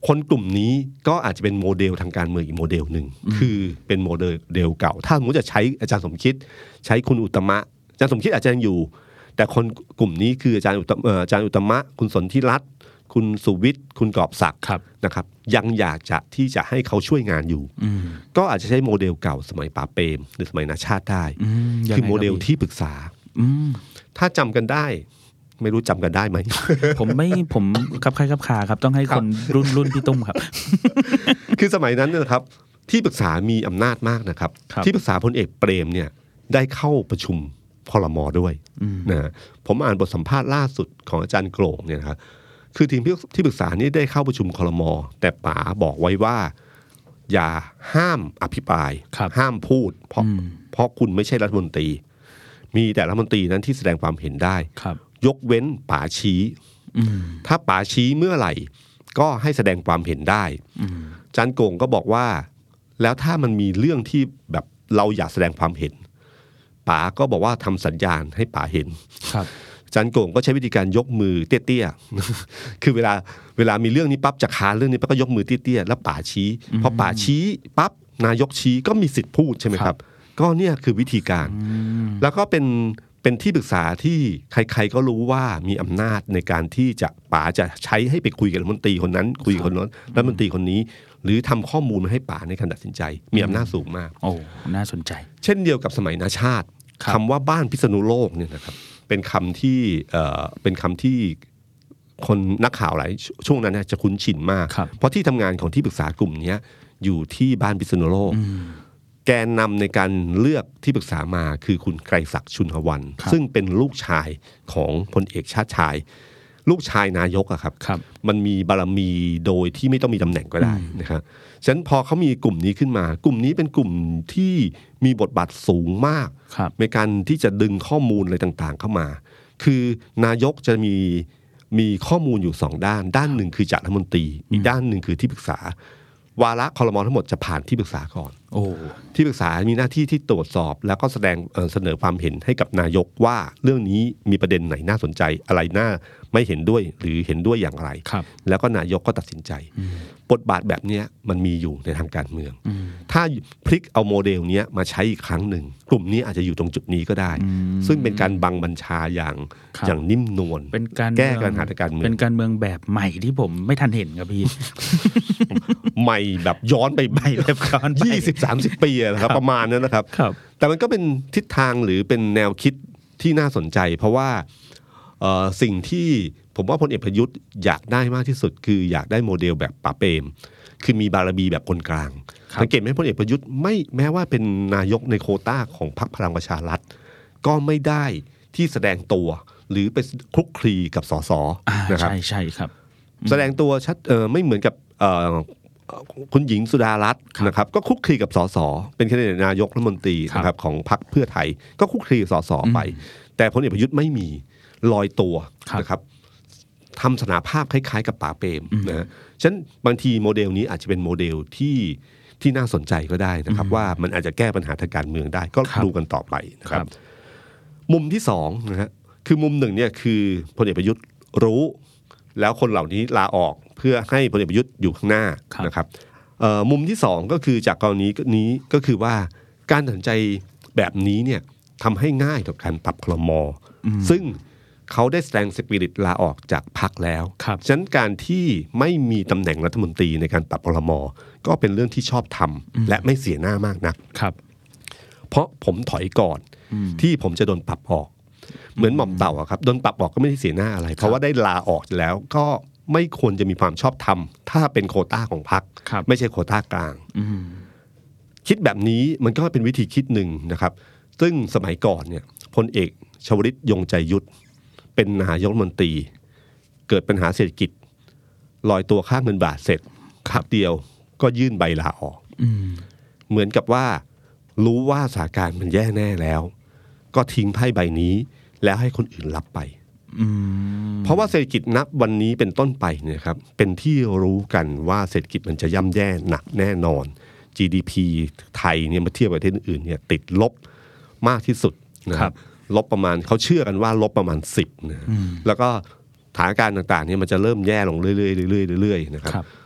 คนกลุ่มนี้ก็อาจจะเป็นโมเดลทางการเมืองอีกโมเดลหนึ่งคือเป็นโมเดลเก่าถ้าสมมติจะใช้อาจารย์สมคิดใช้คุณอุตตมะอาจารย์สมคิดอาจจะยังอยู่แต่คนกลุ่มนี้คืออาจารย์อุตตมะอาจารย์อุตตมะคุณสนธิรัตน์คุณสุวิทย์คุณกอบศักดิ์นะครับยังอยากจะที่จะให้เขาช่วยงานอยู่ก็อาจจะใช้โมเดลเก่าสมัยป๋าเปรมหรือสมัยนาชาติได้คือโมเดลที่ปรึกษาถ้าจำกันได้ไม่รู้จำกันได้ไหมผมไม่ผมครับใครครับขาครับต้องให้คนรุ่นรุ่นพี่ตุ้มครับคือสมัยนั้นเนี่ยนะครับที่ปรึกษามีอำนาจมากนะครับที่ปรึกษาพลเอกเปรมเนี่ยได้เข้าประชุมครม.ด้วยนะผมอ่านบทสัมภาษณ์ล่าสุดของอาจารย์โกร่งเนี่ยนะครับคือทีมที่ปรึกษานี้ได้เข้าประชุมครม.แต่ป๋าบอกไว้ว่าอย่าห้ามอภิปรายห้ามพูดเพราะเพราะคุณไม่ใช่รัฐมนตรีมีแต่รัฐมนตรีนั้นที่แสดงความเห็นได้ยกเว้นป๋าชี้ถ้าป๋าชี้เมื่อไหร่ก็ให้แสดงความเห็นได้อาจารย์โกงก็บอกว่าแล้วถ้ามันมีเรื่องที่แบบเราอยากแสดงความเห็นป๋าก็บอกว่าทำสัญญาณให้ป๋าเห็นอาจารย์โกงก็ใช้วิธีการยกมือเตี้ยๆคือเวลาเวลามีเรื่องนี้ปั๊บจะค้านเรื่องนี้ปั๊บก็ยกมือเตี้ยๆแล้วป๋าชี้พอป๋าชี้ปั๊บนายกชี้ก็มีสิทธิ์พูดใช่ไหมครับก็เนี่ยคือวิธีการแล้วก็เป็นเป็นที่ปรึกษาที่ใครๆก็รู้ว่ามีอำนาจในการที่จะป๋าจะใช้ให้ไปคุยกับรัฐมนตรีคนนั้นคุยกับคนนั้นรัฐมนตรีคนนี้หรือทำข้อมูลมาให้ป๋าในการตัดสินใจมีอำนาจสูงมากโอ้น่าสนใจเช่นเดียวกับสมัยนาชาติคำว่าบ้านพิษณุโลกเนี่ยนะครับเป็นคำที่เอ่อเป็นคำที่คนนักข่าวหลายช่วงนั้นเนี่ยจะคุ้นชินมากเพราะที่ทำงานของที่ปรึกษากลุ่มนี้อยู่ที่บ้านพิษณุโลกแกนนำในการเลือกที่ปรึกษามาคือคุณไกรศักดิ์ชุนหวรรณซึ่งเป็นลูกชายของพลเอกชาติชายลูกชายนายกอะครับมันมีบารมีโดยที่ไม่ต้องมีตำแหน่งก็ได้นะครับฉะนั้นพอเขามีกลุ่มนี้ขึ้นมากลุ่มนี้เป็นกลุ่มที่มีบทบาทสูงมากในการที่จะดึงข้อมูลอะไรต่างๆเข้ามาคือนายกจะมีมีข้อมูลอยู่สองด้านด้านหนึ่งคือจากรัฐมนตรีอีกด้านหนึ่งคือที่ปรึกษาวาระครม.ทั้งหมดจะผ่านที่ปรึกษาก่อนโอ้ที่ปรึกษามีหน้าที่ที่ตรวจสอบแล้วก็แสดงเอ่อเสนอความเห็นให้กับนายกว่าเรื่องนี้มีประเด็นไหนน่าสนใจอะไรน่าไม่เห็นด้วยหรือเห็นด้วยอย่างไรแล้วก็นายกก็ตัดสินใจบทบาทแบบนี้มันมีอยู่ในทางการเมืองถ้าพลิกเอาโมเดลนี้มาใช้อีกครั้งหนึ่งกลุ่มนี้อาจจะอยู่ตรงจุดนี้ก็ได้ซึ่งเป็นการบังบัญชาอย่างอย่างนิ่มนวลเป็นการแก้ปัญหาทางการเมืองเป็นการเมืองแบบใหม่ที่ผมไม่ทันเห็นครับพี่ใหม่แบบย้อนไปใหม่แบบย้อนยี่สิบสามสิบปีนะครับประมาณนั้นนะครับแต่มันก็เป็นทิศทางหรือเป็นแนวคิดที่น่าสนใจเพราะว่าสิ่งที่ผมว่าพลเอกประยุทธ์อยากได้มากที่สุดคืออยากได้โมเดลแบบป๋าเปรมคือมีบารมีแบบคนกลางสังเกตไหมพลเอกประยุทธ์ไม่แม้ว่าเป็นนายกในโควต้าของพรรคพลังประชารัฐก็ไม่ได้ที่แสดงตัวหรือไปคลุกคลีกับสสนะครับใช่ใช่ครับแสดงตัวชัดเออไม่เหมือนกับคุณหญิงสุดารัตน์นะครับก็คลุกคลีกับสสเป็นแคนดิเดตนายกรัฐมนตรีนะครับของพรรคเพื่อไทยก็คลุกคลีกับสสไปแต่พลเอกประยุทธ์ไม่มีลอยตัวนะครับทำสนาภาพคล้ายๆกับป๋าเปรมนะฉะนั้นบางทีโมเดลนี้อาจจะเป็นโมเดลที่ที่น่าสนใจก็ได้นะครับว่ามันอาจจะแก้ปัญหาทางการเมืองได้ก็ดูกันต่อไปนะครับมุมที่สองนะฮะคือมุมหนึ่งเนี่ยคือพลเอกประยุทธ์รู้แล้วคนเหล่านี้ลาออกเพื่อให้พลเอกประยุทธ์อยู่ข้างหน้านะครับมุมที่สองก็คือจากกรณีนี้ก็คือว่าการตัดสินใจแบบนี้เนี่ยทำให้ง่ายต่อการปรับครม.ซึ่งเขาได้แสดงสปิริตลาออกจากพรรคแล้วฉะนั้นการที่ไม่มีตำแหน่งรัฐมนตรีในการปรับครม.ก็เป็นเรื่องที่ชอบทำและไม่เสียหน้ามากนักเพราะผมถอยก่อนที่ผมจะโดนปรับออกเหมือนหม่อมเต่าครับโดนปรับออกก็ไม่ได้เสียหน้าอะไรเพราะว่าได้ลาออกแล้วก็ไม่ควรจะมีความชอบธรรมถ้าเป็นโควต้าของพรรคไม่ใช่โควต้ากลางคิดแบบนี้มันก็เป็นวิธีคิดหนึ่งนะครับซึ่งสมัยก่อนเนี่ยพลเอกชวลิตยงใจยุทธเป็นนายกรัฐมนตรีเกิดปัญหาเศรษฐกิจลอยตัวค่าเงินบาทเสร็จครับเดียวก็ยื่นใบลาออกเหมือนกับว่ารู้ว่าสถานการณ์มันแย่แน่แล้วก็ทิ้งไพ่ใบนี้แล้วให้คนอื่นรับไปเพราะว่าเศรษฐกิจนับวันนี้เป็นต้นไปเนี่ยครับเป็นที่รู้กันว่าเศรษฐกิจมันจะย่ำแย่หนักแน่นอน จี ดี พี ไทยเนี่ยมาเทียบกับประเทศอื่นเนี่ยติดลบมากที่สุดนะครับลบประมาณเขาเชื่อกันว่าลบประมาณสิบนะแล้วก็สถานการณ์ต่างๆเนี่ยมันจะเริ่มแย่ลงเรื่อยๆเรื่อยๆเรื่อยๆนะครับ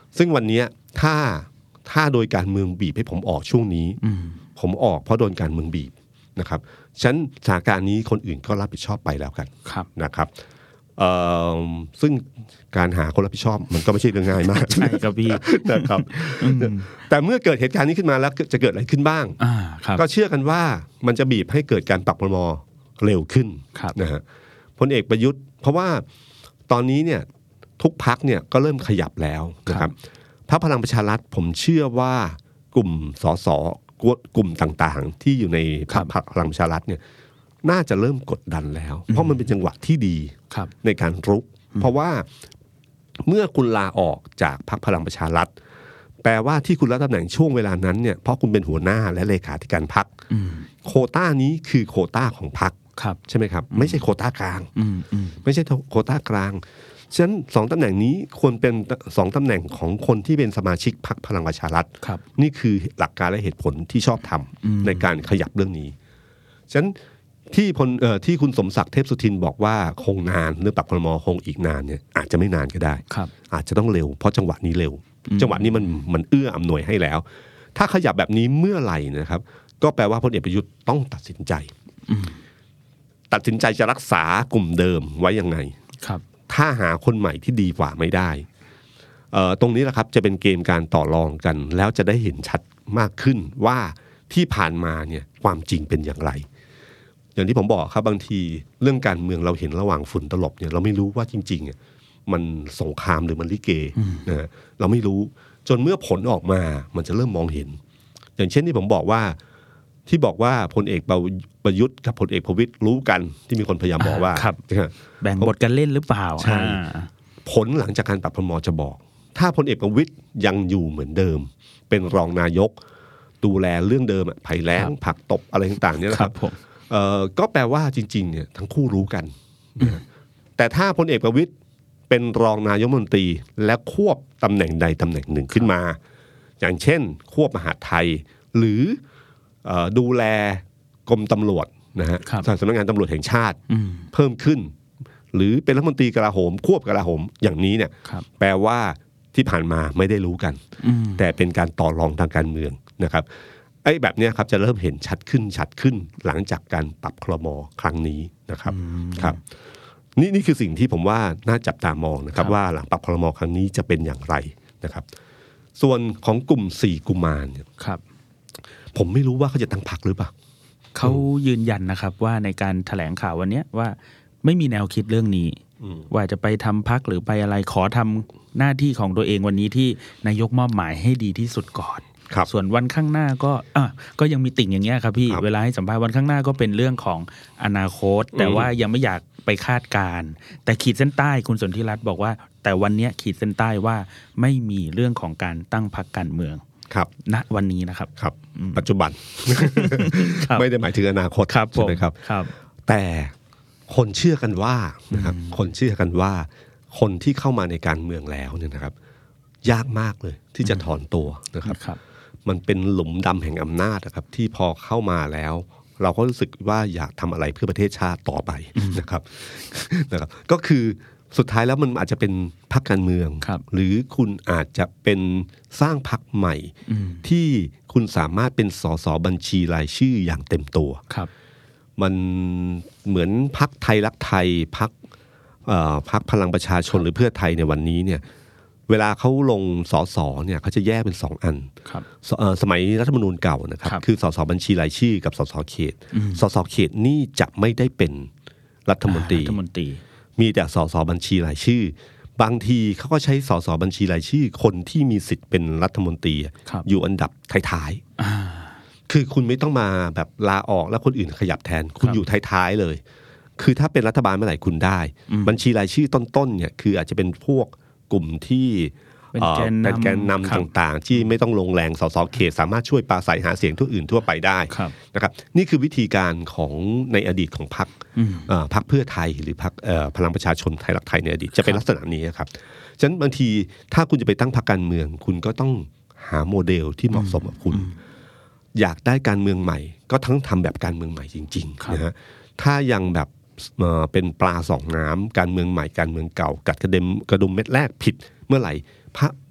ซึ่งวันนี้ถ้าถ้าโดยการเมืองบีบให้ผมออกช่วงนี้ผมออกเพราะโดนการเมืองบีบนะครับฉะนั้นสถานการณ์นี้คนอื่นก็รับผิดชอบไปแล้วกันนะครับซึ่งการหาคนรับผิดชอบมันก็ไม่ใช่เรื่องง่ายมากใช่ครับพี่นะครับแต่เมื่อเกิดเหตุการณ์นี้ขึ้นมาแล้วจะเกิดอะไรขึ้นบ้างก็เชื่อกันว่ามันจะบีบให้เกิดการปรับครม.เร็วขึ้นนะฮะพลเอกประยุทธ์เพราะว่าตอนนี้เนี่ยทุกพรรคเนี่ยก็เริ่มขยับแล้วนะครับพรรคพลังประชารัฐผมเชื่อว่ากลุ่มสสกลุ่มต่างๆที่อยู่ในพรรคพลังประชารัฐเนี่ยน่าจะเริ่มกดดันแล้วเพราะมันเป็นจังหวะที่ดีในการรุกเพราะว่าเมื่อคุณลาออกจากพรรคพลังประชารัฐแปลว่าที่คุณรับตำแหน่งช่วงเวลานั้นเนี่ยเพราะคุณเป็นหัวหน้าและเลขาธิการพรรคโควต้านี้คือโควต้าของพรรคใช่ไหมครับไม่ใช่โควต้ากลางไม่ใช่โควต้ากลางฉะนั้นสองตำแหน่งนี้ควรเป็นสองตำแหน่งของคนที่เป็นสมาชิกพรรคพลังประชารัฐนี่คือหลักการและเหตุผลที่ชอบทำในการขยับเรื่องนี้ฉะนั้นที่พลเอ่อที่คุณสมศักดิ์เทพสุทินบอกว่าคงนานเรื่องปรับครม.คงอีกนานเนี่ยอาจจะไม่นานก็ได้อาจจะต้องเร็วเพราะจังหวะนี้เร็วจังหวะนี้มันมันเอื้ออำนวยให้แล้วถ้าขยับแบบนี้เมื่อไหร่นะครับก็แปลว่าพลเอกประยุทธ์ต้องตัดสินใจตัดสินใจจะรักษากลุ่มเดิมไว้ยังไงถ้าหาคนใหม่ที่ดีกว่าไม่ได้ตรงนี้แหละครับจะเป็นเกมการต่อรองกันแล้วจะได้เห็นชัดมากขึ้นว่าที่ผ่านมาเนี่ยความจริงเป็นอย่างไรอย่างที่ผมบอกครับบางทีเรื่องการเมืองเราเห็นระหว่างฝุ่นตลบเนี่ยเราไม่รู้ว่าจริงๆมันสงครามหรือมันลิเกนะเราไม่รู้จนเมื่อผลออกมามันจะเริ่มมองเห็นอย่างเช่นที่ผมบอกว่าที่บอกว่าพลเอกประยุทธ์กับพลเอกประวิตรรู้กันที่มีคนพยายามบอกว่าแบ่งบทกันเล่นหรือเปล่าใช่ผลหลังจากการปรับครม.จะบอกถ้าพลเอกประวิตรยังอยู่เหมือนเดิมเป็นรองนายกดูแลเรื่องเดิมภัยแล้งผักตบอะไรต่างๆเนี่ยนะครับก็แปลว่าจริงๆเนี่ยทั้งคู่รู้กันแต่ถ้าพลเอกประวิตรเป็นรองนายกรัฐมนตรีและควบตำแหน่งใดตำแหน่งหนึ่งขึ้นมาอย่างเช่นควบมหาดไทยหรือดูแลกรมตำรวจนะฮะสำนักงานตำรวจแห่งชาติเพิ่มขึ้นหรือเป็นรัฐมนตรีกลาโหมควบกลาโหมอย่างนี้เนี่ยแปลว่าที่ผ่านมาไม่ได้รู้กันแต่เป็นการต่อรองทางการเมืองนะครับไอ้แบบนี้ครับจะเริ่มเห็นชัดขึ้นชัดขึ้นหลังจากการปรับครม.ครั้งนี้นะครับครับนี่นี่คือสิ่งที่ผมว่าน่าจับตามองนะครับว่าหลังปรับครม.ครั้งนี้จะเป็นอย่างไรนะครับส่วนของกลุ่มสี่กุมารเนี่ยผมไม่รู้ว่าเขาจะตั้งพรรคหรือเปล่าเขายืนยันนะครับว่าในการแถลงข่าววันนี้ว่าไม่มีแนวคิดเรื่องนี้ว่าจะไปทำพรรคหรือไปอะไรขอทำหน้าที่ของตัวเองวันนี้ที่นายกมอบหมายให้ดีที่สุดก่อนส่วนวันข้างหน้าก็อ่ะก็ยังมีติ่งอย่างเงี้ยครับพี่เวลาให้สัมภาษณ์วันข้างหน้าก็เป็นเรื่องของอนาคตแต่ว่ายังไม่อยากไปคาดการณ์แต่ขีดเส้นใต้คุณสนธิรัตน์บอกว่าแต่วันนี้ขีดเส้นใต้ว่าไม่มีเรื่องของการตั้งพรรคการเมืองครับณวันนี้นะครับครับปัจจุบัน ไม่ได้หมายถึงอนาคตใช่ไหมครับแต่คนเชื่อกันว่านะครับคนเชื่อกันว่าคนที่เข้ามาในการเมืองแล้วเนี่ยนะครับยากมากเลยที่จะถอนตัวนะครับมันเป็นหลุมดำแห่งอำนาจนะครับที่พอเข้ามาแล้วเราก็รู้สึกว่าอยากทำอะไรเพื่อประเทศชาติต่อไปนะครับนะครับก็คือสุดท้ายแล้วมันอาจจะเป็นพรรคการเมืองหรือคุณอาจจะเป็นสร้างพรรคใหม่ที่คุณสามารถเป็นสสบัญชีรายชื่ออย่างเต็มตัวมันเหมือนพรรคไทยรักไทยพรรคพรรคพลังประชาชนหรือเพื่อไทยในวันนี้เนี่ยเวลาเขาลงสสเนี่ยเขาจะแยกเป็นสองอันสมัยรัฐธรรมนูญเก่านะครับคือสสบัญชีรายชื่อกับสสเขตสสเขตนี่จะไม่ได้เป็นรัฐมนตรีมีแต่สสบัญชีรายชื่อบางทีเขาก็ใช้สสบัญชีรายชื่อคนที่มีสิทธิ์เป็นรัฐมนตรีอยู่อันดับท้ายๆคือคุณไม่ต้องมาแบบลาออกแล้วคนอื่นขยับแทนคุณอยู่ท้ายๆเลยคือถ้าเป็นรัฐบาลเมื่อไหร่คุณได้บัญชีรายชื่อต้นๆเนี่ยคืออาจจะเป็นพวกกลุ่มที่เป็นแกนนำต่างๆที่ไม่ต้องลงแรงสสเขตสามารถช่วยปราศัยหาเสียงทั่วอื่นทั่วไปได้นะครับนี่คือวิธีการของในอดีตของพรรคพรรคเพื่อไทยหรือพรรคพลังประชาชนไทยรักไทยในอดีตจะเป็นลักษณะนี้ครับฉะนั้นบางทีถ้าคุณจะไปตั้งพรรคการเมืองคุณก็ต้องหาโมเดลที่เหมาะสมกับคุณอยากได้การเมืองใหม่ก็ทั้งทำแบบการเมืองใหม่จริงๆนะฮะถ้ายังแบบเป็นปลาสองน้ำการเมืองใหม่การเมืองเก่ากัดกระเด็มกระดุมเม็ดแรกผิดเมื่อไหร่พรรค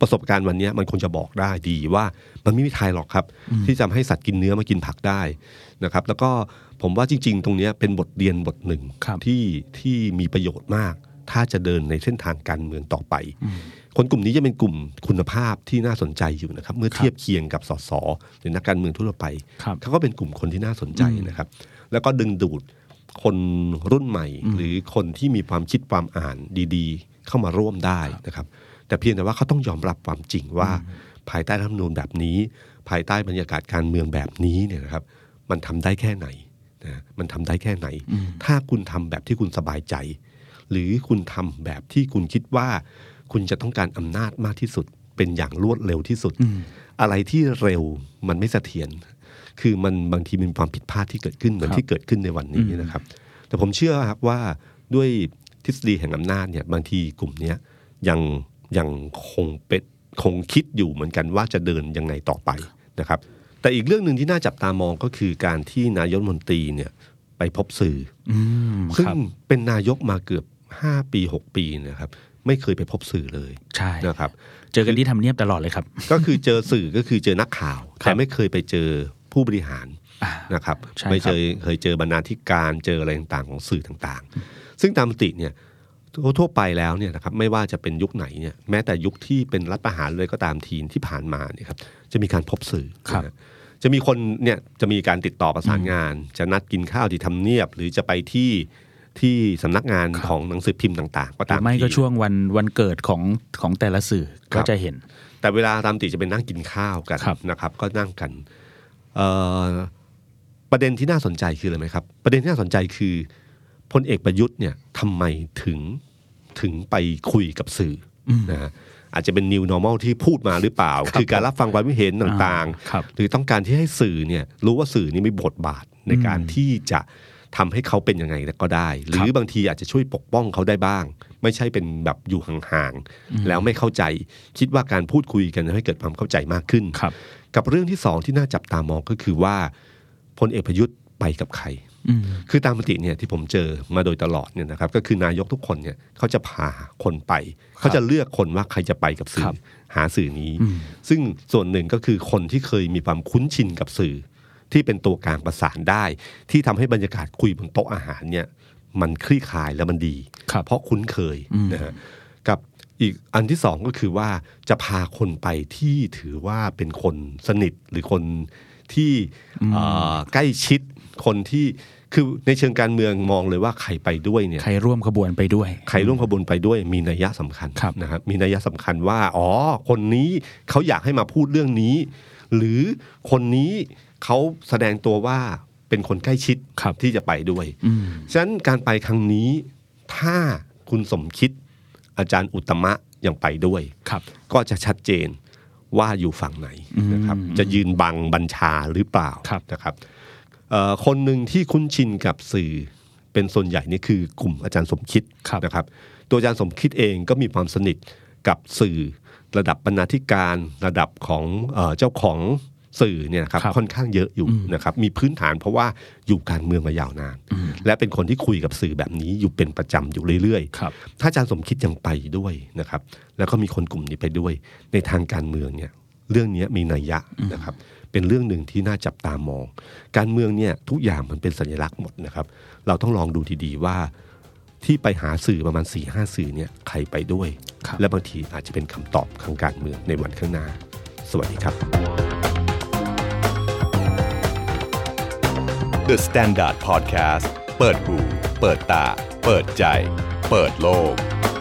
ประสบการณ์วันนี้มันคงจะบอกได้ดีว่ามันไม่มีทางหรอกครับที่จะให้สัตว์กินเนื้อมากินผักได้นะครับแล้วก็ผมว่าจริงๆตรงนี้เป็นบทเรียนบทหนึ่งที่ที่มีประโยชน์มากถ้าจะเดินในเส้นทางการเมืองต่อไปคนกลุ่มนี้จะเป็นกลุ่มคุณภาพที่น่าสนใจอยู่นะครับเมื่อเทียบเคียงกับสสหรือนักการเมืองทั่วไปเขาก็เป็นกลุ่มคนที่น่าสนใจนะครับแล้วก็ดึงดูดคนรุ่นใหม่หรือคนที่มีความคิดความอ่านดีๆเข้ามาร่วมได้นะครับแต่เพียงแต่ว่าเขาต้องยอมรับความจริงว่าภายใต้รัฐธรรมนูญแบบนี้ภายใต้บรรยากาศการเมืองแบบนี้เนี่ยนะครับมันทำได้แค่ไหนนะมันทำได้แค่ไหนถ้าคุณทำแบบที่คุณสบายใจหรือคุณทำแบบที่คุณคิดว่าคุณจะต้องการอำนาจมากที่สุดเป็นอย่างรวดเร็วที่สุดอะไรที่เร็วมันไม่เสถียรคือมันบางทีมีความผิดพลาดที่เกิดขึ้นเหมือนที่เกิดขึ้นในวันนี้นะครับแต่ผมเชื่อครับว่าด้วยทฤษฎีแห่งอำนาจเนี่ยบางทีกลุ่มนี้ยังยังคงเป็นคงคิดอยู่เหมือนกันว่าจะเดินยังไงต่อไปนะครับแต่อีกเรื่องหนึ่งที่น่าจับตามองก็คือการที่นายกรัฐมนตรีเนี่ยไปพบสื่อซึ่งเป็นนายกมาเกือบห้าปีหกปีนะครับไม่เคยไปพบสื่อเลยใช่นะครับเจอกันที่ทำเนียบตลอดเลยครับก็คือเจอสื่อก็คือเจอนักข่าวแต่ไม่เคยไปเจอผู้บริหารนะครับไม่เคยเคยเจอบรรณาธิการเจออะไรต่างๆของสื่อต่างๆซึ่งตามปกติเนี่ยทั่วไปแล้วเนี่ยนะครับไม่ว่าจะเป็นยุคไหนเนี่ยแม้แต่ยุคที่เป็นรัฐประหารเลยก็ตามทีที่ผ่านมาเนี่ยครับจะมีการพบสื่อนะจะมีคนเนี่ยจะมีการติดต่อประสานงานจะนัดกินข้าวที่ทำเนียบหรือจะไปที่ที่สำนักงานของหนังสือพิมพ์ต่างๆก็ตามไม่ก็ช่วงวันวันเกิดของของแต่ละสื่อก็จะเห็นแต่เวลาตามติจะเป็นนั่งกินข้าวกันนะครับก็นั่งกันประเด็นที่น่าสนใจคืออะไรไหมครับประเด็นที่น่าสนใจคือพลเอกประยุทธ์เนี่ยทำไมถึงถึงไปคุยกับสื่อนะฮะอาจจะเป็น new normal ที่พูดมาหรือเปล่า ค, คือการรับฟังความคิดเห็นต่างๆหรือต้องการที่ให้สื่อเนี่ยรู้ว่าสื่อนี้มีบทบาทในการที่จะทำให้เขาเป็นยังไงก็ได้หรือบางทีอาจจะช่วยปกป้องเขาได้บ้างไม่ใช่เป็นแบบอยู่ห่างๆแล้วไม่เข้าใจคิดว่าการพูดคุยกันให้เกิดความเข้าใจมากขึ้นกับเรื่องที่สองที่น่าจับตามองก็คือว่าพลเอกประยุทธ์ไปกับใครคือตามปกติเนี่ยที่ผมเจอมาโดยตลอดเนี่ยนะครับก็คือนายกทุกคนเนี่ยเขาจะพาคนไปเขาจะเลือกคนว่าใครจะไปกับสื่อหาสื่อนี้ซึ่งส่วนหนึ่งก็คือคนที่เคยมีความคุ้นชินกับสื่อที่เป็นตัวกลางประสานได้ที่ทำให้บรรยากาศคุยบนโต๊ะอาหารเนี่ยมันคลี่คลายแล้วมันดีเพราะคุ้นเคยนะฮะกับอีกอันที่สองก็คือว่าจะพาคนไปที่ถือว่าเป็นคนสนิทหรือคนที่ใกล้ชิดคนที่คือในเชิงการเมืองมองเลยว่าใครไปด้วยเนี่ยใครร่วมขบวนไปด้วยใครร่วมขบวนไปด้วยมีนัยสำคัญนะครับมีนัยสำคัญว่าอ๋อคนนี้เขาอยากให้มาพูดเรื่องนี้หรือคนนี้เขาแสดงตัวว่าเป็นคนใกล้ชิดที่จะไปด้วยฉะนั้นการไปครั้งนี้ถ้าคุณสมคิดอาจารย์อุตตมะยังไปด้วยก็จะชัดเจนว่าอยู่ฝั่งไหนนะครับจะยืนบังบัญชาหรือเปล่านะครับคนหนึ่งที่คุ้นชินกับสื่อเป็นส่วนใหญ่นี่คือกลุ่มอาจารย์สมคิดนะครับตัวอาจารย์สมคิดเองก็มีความสนิทกับสื่อระดับบรรณาธิการระดับของเอ่อเจ้าของสื่อเนี่ยครับค่อนข้างเยอะอยู่นะครับมีพื้นฐานเพราะว่าอยู่การเมืองมายาวนานและเป็นคนที่คุยกับสื่อแบบนี้อยู่เป็นประจำอยู่เรื่อยๆถ้าอาจารย์สมคิดยังไปด้วยนะครับแล้วก็มีคนกลุ่มนี้ไปด้วยในทางการเมืองเนี่ยเรื่องนี้มีนัยยะนะครับเป็นเรื่องหนึ่งที่น่าจับตามองการเมืองเนี่ยทุกอย่างมันเป็นสัญลักษณ์หมดนะครับเราต้องลองดูดีๆว่าที่ไปหาสื่อประมาณ สี่ห้า สื่อเนี่ยใครไปด้วยและบางทีอาจจะเป็นคำตอบทางการเมืองในวันข้างหน้าสวัสดีครับ The Standard Podcast เปิดหูเปิดตาเปิดใจเปิดโลก